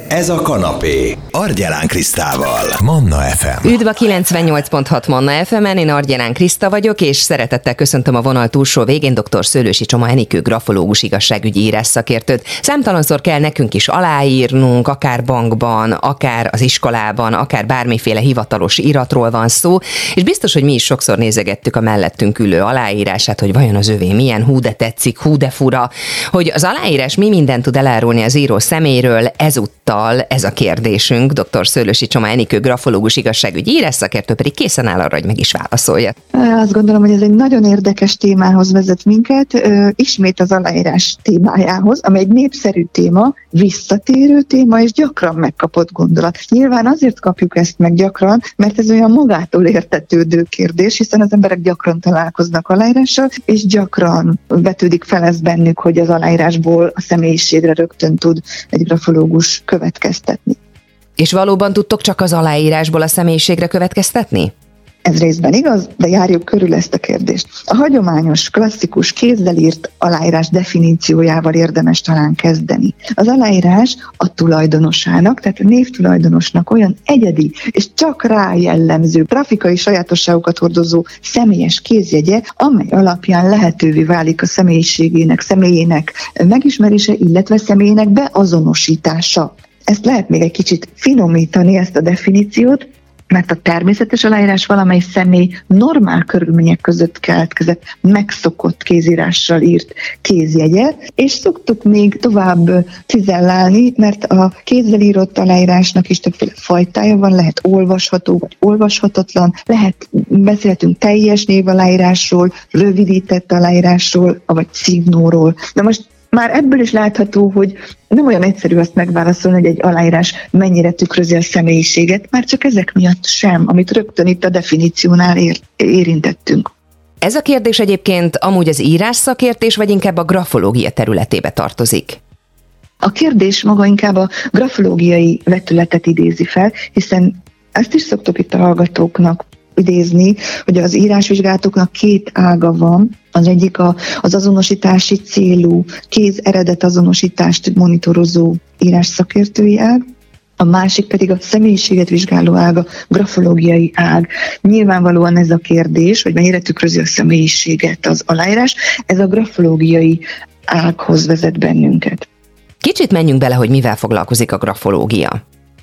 Ez a kanapé. Argyelán Krisztával. Manna FM. Üdv a 98.6 Manna FM-en, én Argyelán Kriszta vagyok, és szeretettel köszöntöm a vonal túlsó végén dr. Szőlősi Csoma Enikő grafológus, igazságügyi írás szakértőt. Számtalanszor kell nekünk is aláírnunk, akár bankban, akár az iskolában, akár bármiféle hivatalos iratról van szó, és biztos, hogy mi is sokszor nézegettük a mellettünk ülő aláírását, hogy vajon az övé milyen, hú de tetszik, hú de fura, hogy az aláírás mi mindent tud elárulni az író személyről. Ezúttal ez a kérdésünk, dr. Szőlősi Csoma Enikő grafológus, igazságügyi írás szakértő pedig készen áll arra, hogy meg is válaszolja. Azt gondolom, hogy ez egy nagyon érdekes témához vezet minket, ismét az aláírás témájához, ami egy népszerű téma, visszatérő téma és gyakran megkapott gondolat. Nyilván azért kapjuk ezt meg gyakran, mert ez olyan magától értetődő kérdés, hiszen az emberek gyakran találkoznak aláírással, és gyakran vetődik fel ez bennük, hogy az aláírásból a személyiségre rögtön tud egy grafológus következtetni. És valóban tudtok csak az aláírásból a személyiségre következtetni? Ez részben igaz, de járjuk körül ezt a kérdést. A hagyományos, klasszikus, kézzel írt aláírás definíciójával érdemes talán kezdeni. Az aláírás a tulajdonosának, tehát a névtulajdonosnak olyan egyedi és csak rá jellemző, grafikai sajátosságokat hordozó személyes kézjegye, amely alapján lehetővé válik a személyének megismerése, illetve személyének beazonosítása. Ezt lehet még egy kicsit finomítani, ezt a definíciót, mert a természetes aláírás valamely személy normál körülmények között keletkezett, megszokott kézírással írt kézjegye, és szoktuk még tovább cizellálni, mert a kézzel írott aláírásnak is többféle fajtája van, lehet olvasható vagy olvashatatlan, beszélhetünk teljes névaláírásról, rövidített aláírásról, vagy cígnóról. Na most már ebből is látható, hogy nem olyan egyszerű azt megválaszolni, hogy egy aláírás mennyire tükrözi a személyiséget, már csak ezek miatt sem, amit rögtön itt a definíciónál érintettünk. Ez a kérdés egyébként amúgy az írás szakértés, vagy inkább a grafológia területébe tartozik? A kérdés maga inkább a grafológiai vetületet idézi fel, hiszen ezt is szoktuk itt a hallgatóknak idézni, hogy az írásvizsgálatoknak két ága van. Az egyik az azonosítási célú, kéz eredet azonosítást monitorozó írás szakértői ág, a másik pedig a személyiséget vizsgáló ág, a grafológiai ág. Nyilvánvalóan ez a kérdés, hogy mennyire tükrözi a személyiséget az aláírás, ez a grafológiai ághoz vezet bennünket. Kicsit menjünk bele, hogy mivel foglalkozik a grafológia.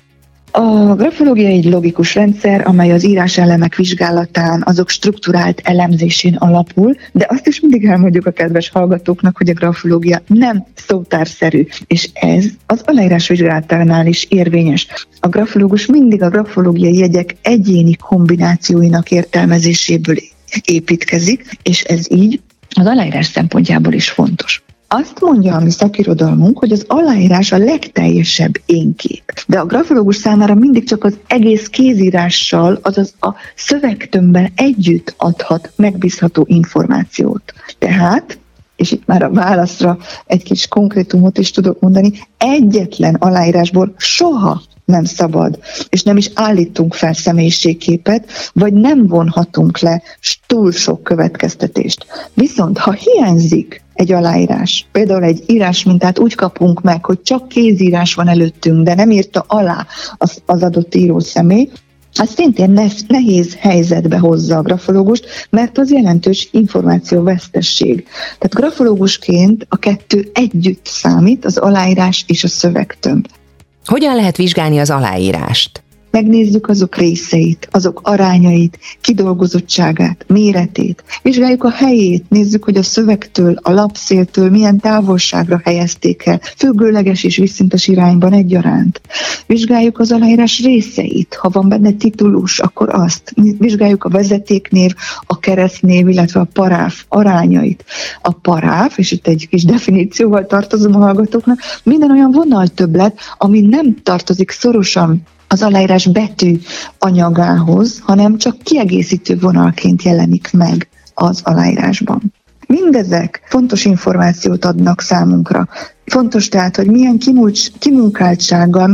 A grafológia egy logikus rendszer, amely az íráselemek vizsgálatán, azok strukturált elemzésén alapul, de azt is mindig elmondjuk a kedves hallgatóknak, hogy a grafológia nem szótárszerű, és ez az aláírás vizsgálatánál is érvényes. A grafológus mindig a grafológiai jegyek egyéni kombinációinak értelmezéséből építkezik, és ez így az aláírás szempontjából is fontos. Azt mondja a mi szakirodalmunk, hogy az aláírás a legteljesebb énkép. De a grafológus számára mindig csak az egész kézírással, azaz a szövegtömbben együtt adhat megbízható információt. Tehát, és itt már a válaszra egy kis konkrétumot is tudok mondani, egyetlen aláírásból soha nem szabad, és nem is állítunk fel személyiségképet, vagy nem vonhatunk le túl sok következtetést. Viszont ha hiányzik egy aláírás, például egy írásmintát úgy kapunk meg, hogy csak kézírás van előttünk, de nem írta alá az adott író személy, az szintén nehéz helyzetbe hozza a grafológust, mert az jelentős információvesztesség. Tehát grafológusként a kettő együtt számít, az aláírás és a szövegtömb. Hogyan lehet vizsgálni az aláírást? Megnézzük azok részeit, azok arányait, kidolgozottságát, méretét. Vizsgáljuk a helyét, nézzük, hogy a szövegtől, a lapszéltől milyen távolságra helyezték el, függőleges és vízszintes irányban egyaránt. Vizsgáljuk az aláírás részeit, ha van benne titulus, akkor azt. Vizsgáljuk a vezetéknév, a keresztnév, illetve a paráf arányait. A paráf, és itt egy kis definícióval tartozom a hallgatóknak, minden olyan vonaltöbblet, ami nem tartozik szorosan az aláírás betű anyagához, hanem csak kiegészítő vonalként jelenik meg az aláírásban. Mindezek fontos információt adnak számunkra. Fontos tehát, hogy milyen kimunkáltsággal,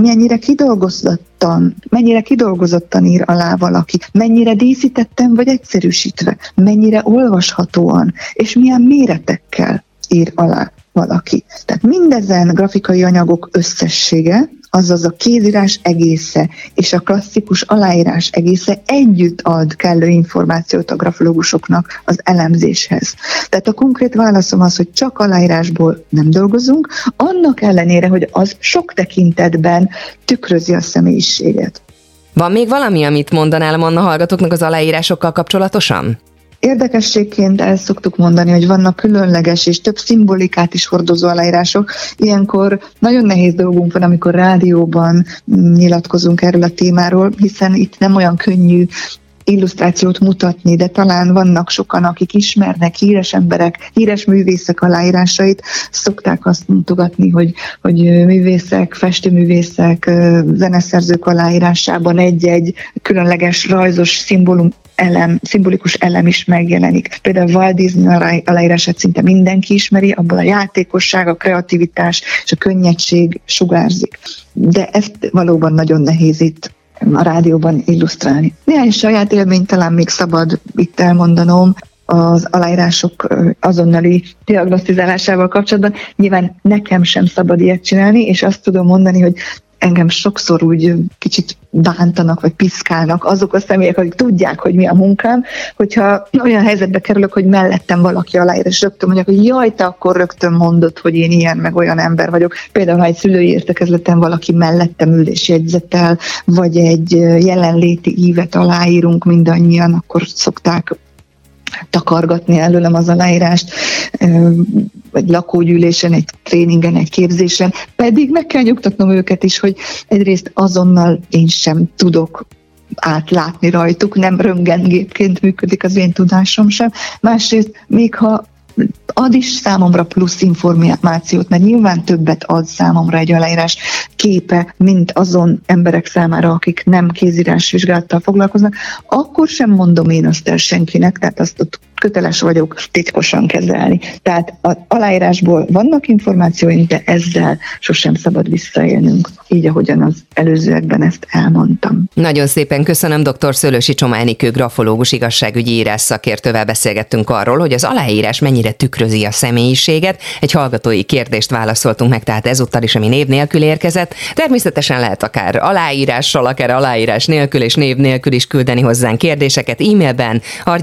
mennyire kidolgozottan ír alá valaki, mennyire díszítetten vagy egyszerűsítve, mennyire olvashatóan, és milyen méretekkel ír alá valaki. Tehát mindezen grafikai anyagok összessége azaz a kézírás egésze és a klasszikus aláírás egésze együtt ad kellő információt a grafológusoknak az elemzéshez. Tehát a konkrét válaszom az, hogy csak aláírásból nem dolgozunk, annak ellenére, hogy az sok tekintetben tükrözi a személyiséget. Van még valami, amit mondanál a hallgatóknak az aláírásokkal kapcsolatosan? Érdekességként el szoktuk mondani, hogy vannak különleges és több szimbolikát is hordozó aláírások. Ilyenkor nagyon nehéz dolgunk van, amikor rádióban nyilatkozunk erről a témáról, hiszen itt nem olyan könnyű illusztrációt mutatni, de talán vannak sokan, akik ismernek híres emberek, híres művészek aláírásait, szokták azt mutogatni, hogy művészek, festőművészek, zeneszerzők aláírásában egy-egy különleges rajzos szimbolikus elem is megjelenik. Például Walt Disney aláírását szinte mindenki ismeri, abból a játékosság, a kreativitás és a könnyedség sugárzik. De ezt valóban nagyon nehéz itt a rádióban illusztrálni. Néhány saját élményt talán még szabad itt elmondanom az aláírások azonnali diagnosztizálásával kapcsolatban. Nyilván nekem sem szabad ilyet csinálni, és azt tudom mondani, hogy engem sokszor úgy kicsit bántanak, vagy piszkálnak azok a személyek, akik tudják, hogy mi a munkám, hogyha olyan helyzetbe kerülök, hogy mellettem valaki aláír, és rögtön mondják, hogy jaj, te akkor rögtön mondod, hogy én ilyen, meg olyan ember vagyok. Például, ha egy szülői értekezleten valaki mellettem ül és jegyzetel, vagy egy jelenléti ívet aláírunk mindannyian, akkor szokták takargatni előlem az aláírást, vagy lakógyűlésen, egy tréningen, egy képzésen, pedig meg kell nyugtatnom őket is, hogy egyrészt azonnal én sem tudok átlátni rajtuk, nem röntgengépként működik az én tudásom sem. Másrészt, még ha ad is számomra plusz információt, mert nyilván többet ad számomra egy aláírás képe, mint azon emberek számára, akik nem kézírás vizsgálattal foglalkoznak, akkor sem mondom én azt el senkinek, tehát azt ott köteles vagyok titkosan kezelni. Tehát az aláírásból vannak információink, de ezzel sosem szabad visszaélnünk, így ahogyan az előzőekben ezt elmondtam. Nagyon szépen köszönöm, dr. Szőlősi Csoma Enikő grafológus igazságügyi írás szakértővel beszélgettünk arról, hogy az aláírás mennyire tükrözi a személyiséget. Egy hallgatói kérdést válaszoltunk meg, tehát ezúttal is, ami név nélkül érkezett. Természetesen lehet akár aláírással, akár aláírás nélkül és név nélkül is küldeni hozzánk kérdéseket e-mailben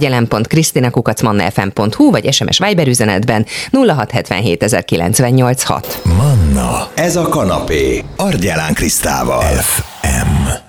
argyelen@kristina@mannafm.hu vagy SMS Viber üzenetben 0677 986. Manna, ez a kanapé, Argyelán Krisztával. FM.